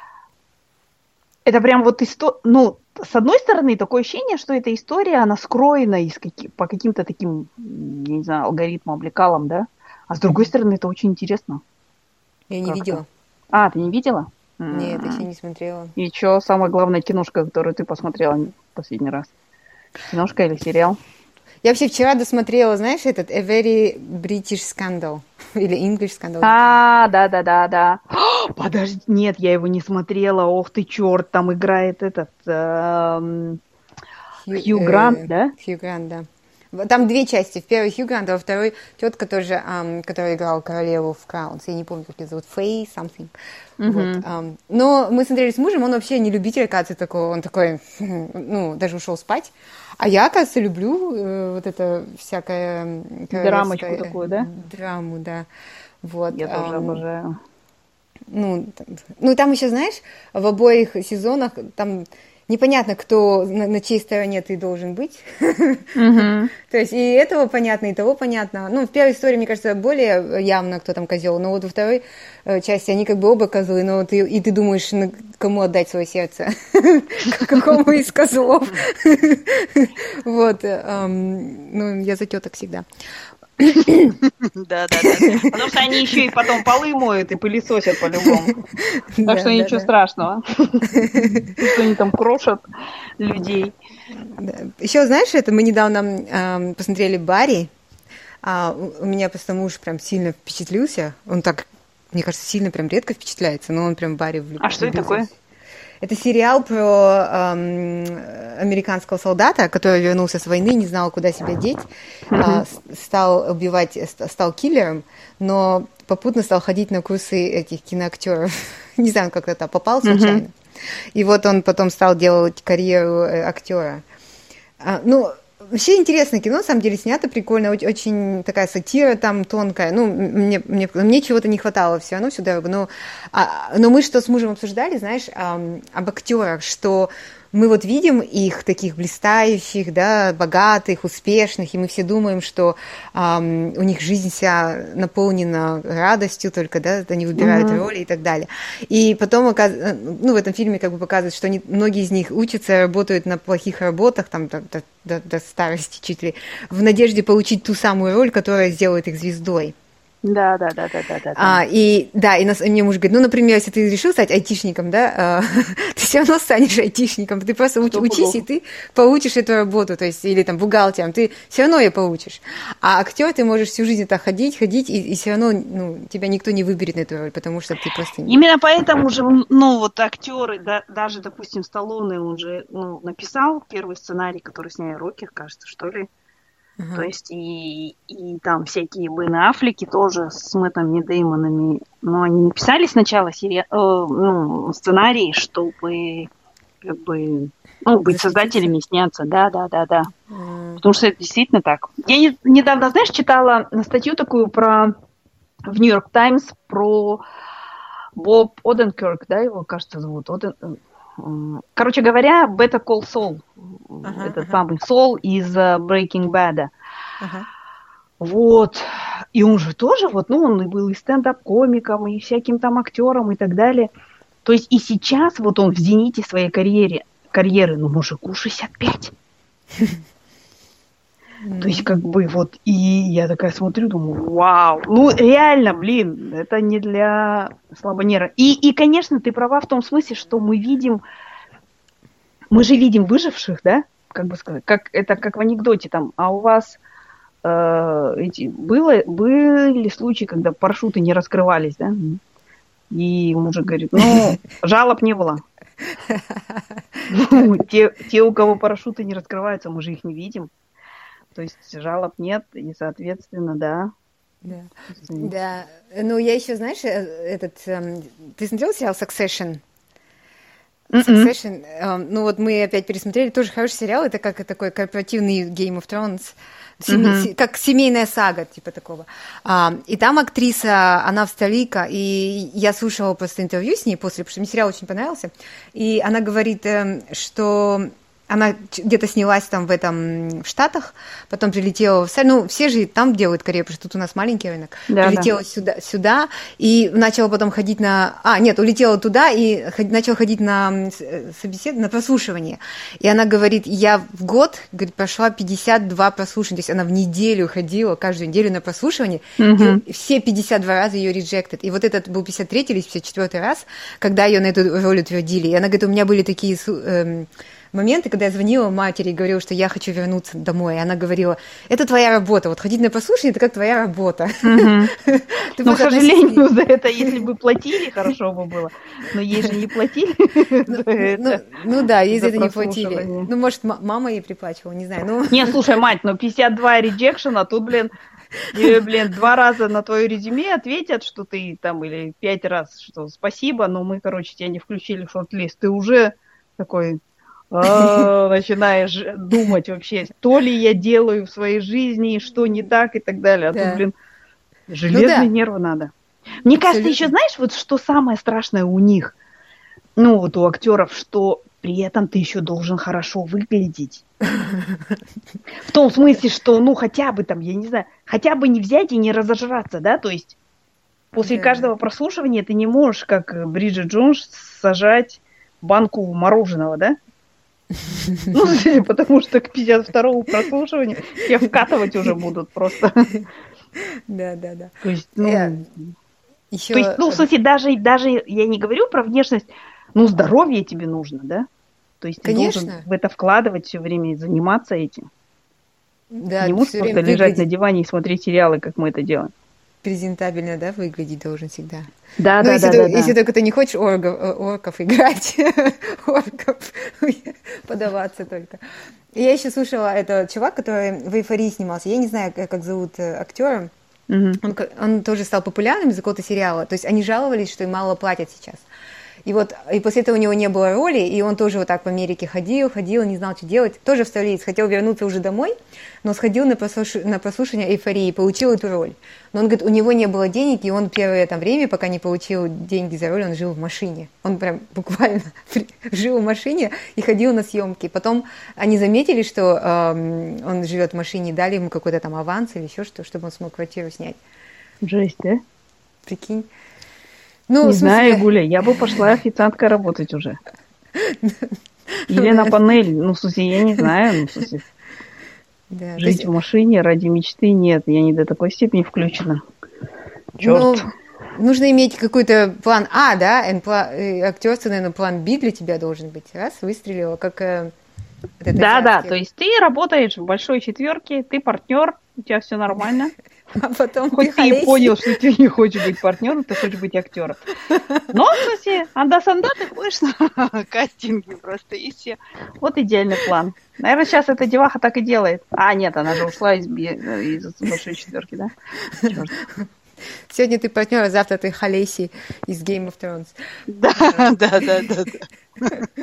это прям вот история, ну, с одной стороны, такое ощущение, что эта история, она скроена из каких... по каким-то таким, я не знаю, алгоритмам, лекалам, да, а с другой стороны, это очень интересно. Я не видела. А, ты не видела? Нет, еще не смотрела. И что, самая главная киношка, которую ты посмотрела в последний раз? Киношка или сериал? Я вообще вчера досмотрела, знаешь, этот A Very British Scandal или English Scandal. А, да-да-да-да. Подожди, нет, я его не смотрела. Ох ты, черт, там играет этот эм, Хью, Хью Грант, э, да? Хью Грант, да. Там две части. В первой Хью Грант, а во второй тетка тоже, um, которая играла королеву в Краунс. Я не помню, как ее зовут. Фэй, something. Mm-hmm. Вот, um, но мы смотрели с мужем, он вообще не любитель, оказывается, такого. Он такой, ну, даже ушел спать. А я, оказывается, люблю э, вот это всякое... Драмочку такую, да? Драму, да. Вот. Я тоже um, обожаю. Ну, ну, там еще, знаешь, в обоих сезонах там непонятно, кто, на, на чьей стороне ты должен быть. Uh-huh. То есть и этого понятно, и того понятно. Ну, в первой истории, мне кажется, более явно, кто там козел, но вот во второй э, части они как бы оба козлы, но ты, и ты думаешь, на кому отдать свое сердце, какому из козлов. Вот. Ну, я за теток всегда. Да, да, да. Потому что они еще и потом полы моют и пылесосят по-любому. Так что ничего страшного. Что они там крошат людей. Еще, знаешь, это мы недавно посмотрели Барри. У меня просто муж прям сильно впечатлился. Он так, мне кажется, сильно прям редко впечатляется, но он прям Барри влюбился. А что это такое? Это сериал про эм, американского солдата, который вернулся с войны, не знал, куда себя деть, mm-hmm. э, стал убивать, стал киллером, но попутно стал ходить на курсы этих киноактеров. Не знаю, как это, попал случайно. Mm-hmm. И вот он потом стал делать карьеру актера. А, ну, вообще интересное кино, на самом деле, снято прикольно, очень такая сатира там тонкая. Ну, мне, мне, мне чего-то не хватало все равно сюда. Но, а, но мы что с мужем обсуждали, знаешь, а, об актерах, что мы вот видим их таких блистающих, да, богатых, успешных, и мы все думаем, что а, у них жизнь вся наполнена радостью только, да, они выбирают mm-hmm. роли и так далее. И потом, ну, в этом фильме как бы показывают, что они, многие из них учатся, работают на плохих работах, там, до, до, до старости чуть ли, в надежде получить ту самую роль, которая сделает их звездой. Да, да, да, да, да, да. А, и да, и, нас, и мне муж говорит, ну, например, если ты решил стать айтишником, да, э, ты все равно станешь айтишником, ты просто уч, учись, и ты получишь эту работу, то есть, или там бухгалтером, ты все равно ее получишь. А актер ты можешь всю жизнь так ходить, ходить, и, и все равно, ну, тебя никто не выберет на эту роль, потому что ты просто... Именно поэтому же, ну, вот актеры, да, даже, допустим, Сталлоне, он же, ну, написал первый сценарий, который сняли Рокки, кажется, что ли. Uh-huh. То есть и, и там всякие Бен Аффлеки тоже с Мэттом Деймонами, но они написали сначала сери... э, ну, сценарий, чтобы как бы, ну, быть создателями, сняться, да, да, да, да. Uh-huh. Потому что это действительно так. Я не, недавно, знаешь, читала статью такую про в Нью-Йорк Таймс про Боб Оденкерк, да, его, кажется, зовут. Оден... Короче говоря, Better Call Saul. Uh-huh, этот uh-huh. самый Сол из uh, Breaking Bad. Uh-huh. Вот. И он же тоже, вот, ну, он и был и стендап-комиком, и всяким там актером, и так далее. То есть и сейчас вот он в зените своей карьеры, карьеры, ну, мужику шестьдесят пять. Mm-hmm. То есть, как бы, вот, и я такая смотрю, думаю, вау, ну, реально, блин, это не для слабонервных. И, и, конечно, ты права в том смысле, что мы видим, мы же видим выживших, да, как бы сказать, как, это как в анекдоте там, а у вас э, эти, было, были случаи, когда парашюты не раскрывались, да, и мужик говорит, ну, жалоб не было. те, те, у кого парашюты не раскрываются, мы же их не видим. То есть жалоб нет, и, соответственно, да. Да, да. Ну, я еще, знаешь, этот... Эм, ты смотрел сериал Succession? Succession. Эм, ну, вот мы опять пересмотрели. Тоже хороший сериал. Это как такой корпоративный Game of Thrones. Семей, mm-hmm. Как семейная сага, типа такого. А, и там актриса, она австралийка, и я слушала просто интервью с ней после, потому что мне сериал очень понравился. И она говорит, эм, что... Она где-то снялась там в этом, в Штатах, потом прилетела в... Ну, все же там делают карьеру, потому что тут у нас маленький рынок. Да, прилетела да. Сюда, сюда и начала потом ходить на... А, нет, улетела туда и ход... начала ходить на собеседование, на прослушивание. И она говорит, я в год, говорит, прошла пятьдесят два прослушивания, то есть она в неделю ходила, каждую неделю на прослушивание, угу. И все пятьдесят два раза ее rejected. И вот этот был пятьдесят третий или пятьдесят четвёртый раз, когда ее на эту роль утвердили. И она говорит, у меня были такие... Эм, моменты, когда я звонила матери и говорила, что я хочу вернуться домой, и она говорила, это твоя работа, вот ходить на прослушивание, это как твоя работа. Но, к сожалению, за это, если бы платили, хорошо бы было, но ей же не платили. Ну да, ей за это не платили. Ну, может, мама ей приплачивала, не знаю. Не, слушай, мать, ну пятьдесят два реджекшена, тут, блин, или, блин, два раза на твое резюме ответят, что ты там, или пять раз, что спасибо, но мы, короче, тебя не включили в шорт-лист. Ты уже такой... А, начинаешь думать вообще, то ли я делаю в своей жизни, что не так и так далее. А да. Тут, блин, железные ну, да. нервы надо. Мне Абсолютно. Кажется, еще знаешь, вот что самое страшное у них, ну вот у актеров, что при этом ты еще должен хорошо выглядеть. В том смысле, что, ну, хотя бы там, я не знаю, хотя бы не взять и не разожраться, да, то есть после да. каждого прослушивания ты не можешь, как Бриджит Джонс, сажать банку мороженого, да? Ну, потому что к пятьдесят второму прослушиванию тебя вкатывать уже будут просто. Да, да, да. То есть, ну, yeah. Еще... То есть, ну, в смысле, даже, даже я не говорю про внешность, ну, здоровье тебе нужно, да? То есть, ты Конечно. Должен в это вкладывать все время и заниматься этим. Да, не можешь просто лежать выглядеть... на диване и смотреть сериалы, как мы это делаем. Презентабельно, да, выглядеть должен всегда. Да, ну, да, если да, ты, да. Если да. только ты не хочешь оргов, орков играть, орков подаваться только. Я еще слушала этого чувак, который в «Эйфории» снимался. Я не знаю, как зовут актера. Mm-hmm. Он, он тоже стал популярным из-за какого-то сериала. То есть они жаловались, что им мало платят сейчас. И вот, и после этого у него не было роли, и он тоже вот так в Америке ходил, ходил, не знал, что делать. Тоже австралиец, хотел вернуться уже домой, но сходил на, послуш... на послушание «Эйфории» и получил эту роль. Но он говорит, у него не было денег, и он первое там время, пока не получил деньги за роль, он жил в машине. Он прям буквально жил в машине и ходил на съемки. Потом они заметили, что эм, он живет в машине, дали ему какой-то там аванс или еще что, чтобы он смог квартиру снять. Жесть, да? Прикинь. Ну, не знаю, Гуля, я бы пошла официанткой работать уже. Или на панель. Ну, в смысле, я не знаю. Ну, в смысле, да, жить есть... в машине ради мечты нет. Я не до такой степени включена. Черт. Ну, нужно иметь какой-то план А, да? Актерский, наверное, план Б для тебя должен быть. Раз, выстрелила, как... Э, вот да, да, то есть ты работаешь в большой четверке, ты партнер, у тебя все нормально. А потом хоть ты, ты понял, что ты не хочешь быть партнером, ты хочешь быть актером. Но, в смысле, анда-санда ты ходишь на кастинги просто, и все. Вот идеальный план. Наверное, сейчас эта деваха так и делает. А, нет, она же ушла из, из большой четверки, да? Черт. Сегодня ты партнер, а завтра ты Халейси из Game of Thrones. Да, да, да, да, да.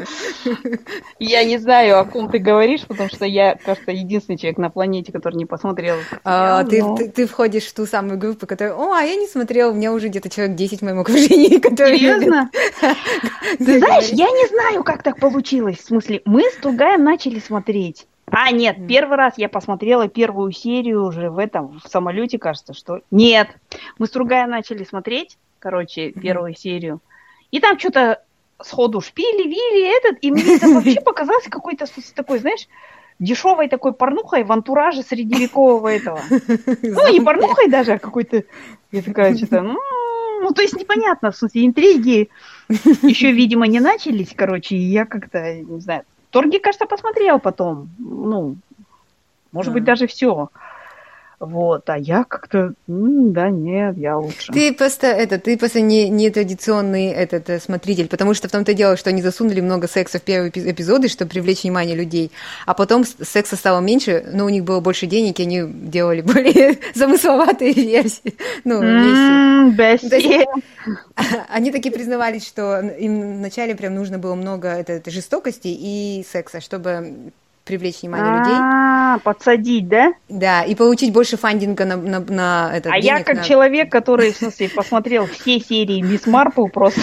Я не знаю, о ком ты говоришь, потому что я, кажется, единственный человек на планете, который не посмотрел. А, ты, но... ты, ты входишь в ту самую группу, которая, о, а я не смотрела, у меня уже где-то человек десять в моем окружении, которые... Серьезно? Ты знаешь, я не знаю, как так получилось. В смысле, мы с Тугаем начали смотреть. А, нет, первый раз я посмотрела первую серию уже в этом, в самолете, кажется, что... Нет, мы с Тугаем начали смотреть, короче, первую серию, и там что-то сходу шпили, вили, этот, и мне это вообще показалось какой-то такой, знаешь, дешевой такой порнухой в антураже средневекового этого. Ну, не порнухой даже, а какой-то... Я такая что-то... Ну, то есть непонятно, в смысле, интриги еще, видимо, не начались, короче, и я как-то, не знаю... Торги, кажется, посмотрел потом. Ну, может быть, даже все. Вот, а я как-то, м, да нет, я лучше. Ты просто, это, ты просто не, не традиционный этот смотритель, потому что в том-то дело, что они засунули много секса в первые эпизоды, чтобы привлечь внимание людей, а потом секса стало меньше, но у них было больше денег, и они делали более замысловатые версии. Ну, версии. Они таки признавались, что им вначале прям нужно было много это, это, жестокости и секса, чтобы привлечь внимание людей. А, подсадить, да? Да, и получить больше фандинга на, на, на этот А я как на... человек, который, в смысле, посмотрел все серии Мисс Марпл просто.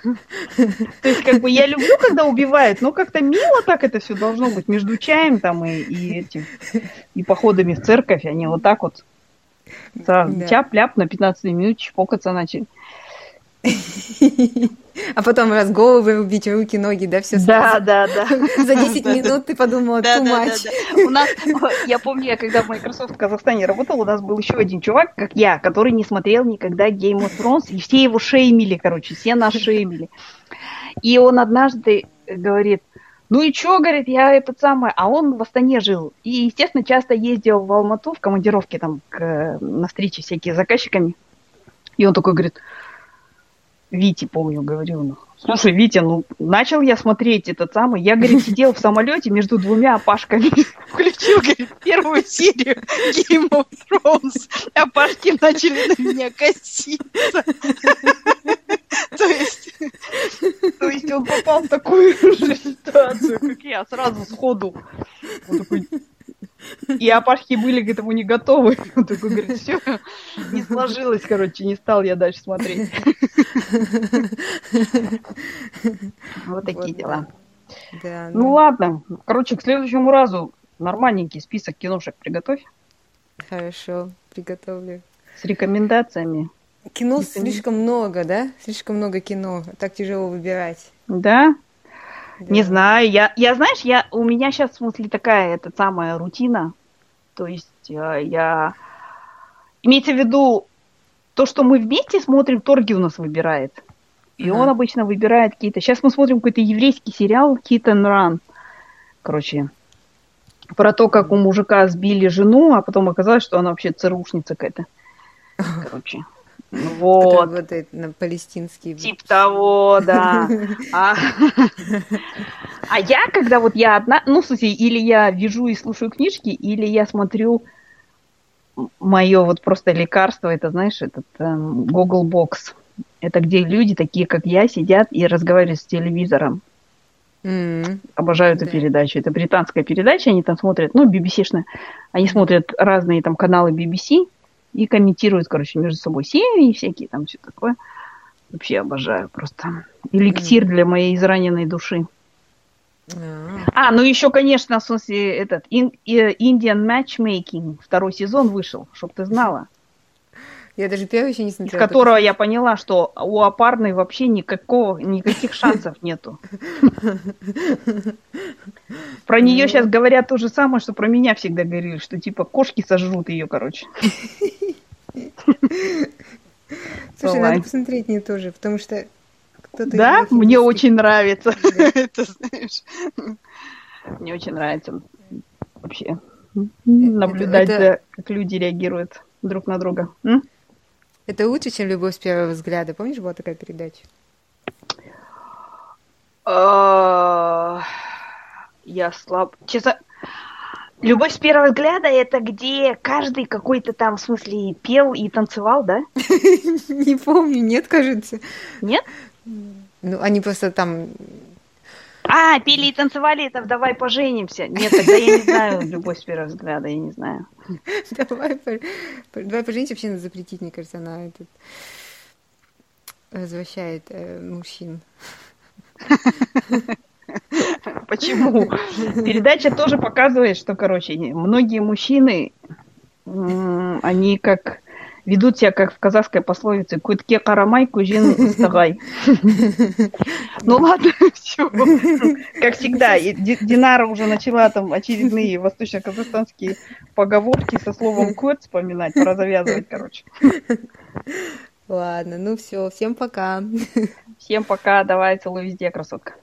То есть, как бы, я люблю, когда убивают, но как-то мило так это все должно быть. Между чаем там и, и этим, и походами в церковь, они вот так вот тяп-ляп на пятнадцать минут чпокаться начали. А потом раз голову вырубить, руки, ноги, да, все сразу. Да, да, да. За десять минут ты подумала, too much. У нас, я помню, я когда в Microsoft в Казахстане работала, у нас был еще один чувак, как я, который не смотрел никогда Game of Thrones, и все его шеймили, короче, все нас шеймили. И он однажды говорит, ну и что, говорит, я этот самый, а он в Астане жил. И, естественно, часто ездил в Алмату в командировке, там, к, на встречи всякие с заказчиками. И он такой говорит, Вите, помню, говорил, ну, слушай, Витя, ну, начал я смотреть этот самый, я, говорит, сидел в самолете между двумя опашками, включил, говорит, первую серию Game of Thrones, опашки начали на меня коситься. То есть, то есть он попал в такую же ситуацию, как я, сразу сходу. Он такой... И опашки были к этому не готовы. Он такой говорит, все, не сложилось, короче, не стал я дальше смотреть. Вот такие дела. Ну ладно, короче, к следующему разу нормальненький список киношек приготовь. Хорошо, приготовлю. С рекомендациями. Кино слишком много, да? Слишком много кино, так тяжело выбирать. Да? Да. Не знаю, я, я знаешь, я, у меня сейчас, в смысле, такая, это самая рутина, то есть я, я, имеется в виду, то, что мы вместе смотрим, Торги у нас выбирает, и uh-huh. он обычно выбирает какие-то, сейчас мы смотрим какой-то еврейский сериал Hit and Run, короче, про то, как у мужика сбили жену, а потом оказалось, что она вообще ЦРУшница какая-то, короче. Вот. Работает на палестинский. Тип того, да. А, а я, когда вот я одна, ну, в смысле, или я вижу и слушаю книжки, или я смотрю мое вот просто лекарство, это, знаешь, этот эм, Google Box. Это где люди, такие как я, сидят и разговаривают с телевизором. Mm-hmm. Обожаю эту да. передачу. Это британская передача, они там смотрят, ну, би би си-шная. Они смотрят разные там каналы би би си, и комментируют, короче, между собой семьи всякие, там все такое. Вообще обожаю просто. Эликсир mm. для моей израненной души. Mm. А, ну еще, конечно, в смысле, этот Indian Matchmaking, второй сезон вышел, чтоб ты знала. Я даже первый еще не смотрела. Из которого я поняла, что у опарной вообще никакого, никаких шансов нету. Про нее сейчас говорят то же самое, что про меня всегда говорили, что типа кошки сожрут ее, короче. Слушай, надо посмотреть мне тоже, потому что кто-то... Да? Мне очень нравится. Это, знаешь, мне очень нравится вообще наблюдать, за, как люди реагируют друг на друга. Это лучше, чем «Любовь с первого взгляда». Помнишь, была такая передача? Я слаб... Честно, «Любовь с первого взгляда» — это где каждый какой-то там, в смысле, пел и танцевал, да? Не помню, нет, кажется. Нет? Ну, они просто там... А, пели и танцевали, это «Давай поженимся». Нет, тогда я не знаю «Любовь с первого взгляда», я не знаю. Давай, Давай поженимся вообще надо запретить, мне кажется, она этот... возвращает э, мужчин. Почему? Передача тоже показывает, что, короче, многие мужчины, они как ведут себя, как в казахской пословице, «Кутке карамай, кужин стагай». Ну ладно, все. Как всегда, Динара уже начала там очередные восточно-казахстанские поговорки со словом «кот» вспоминать. Пора завязывать, короче. Ладно, ну все, всем пока. Всем пока, давай, целую везде, красотка.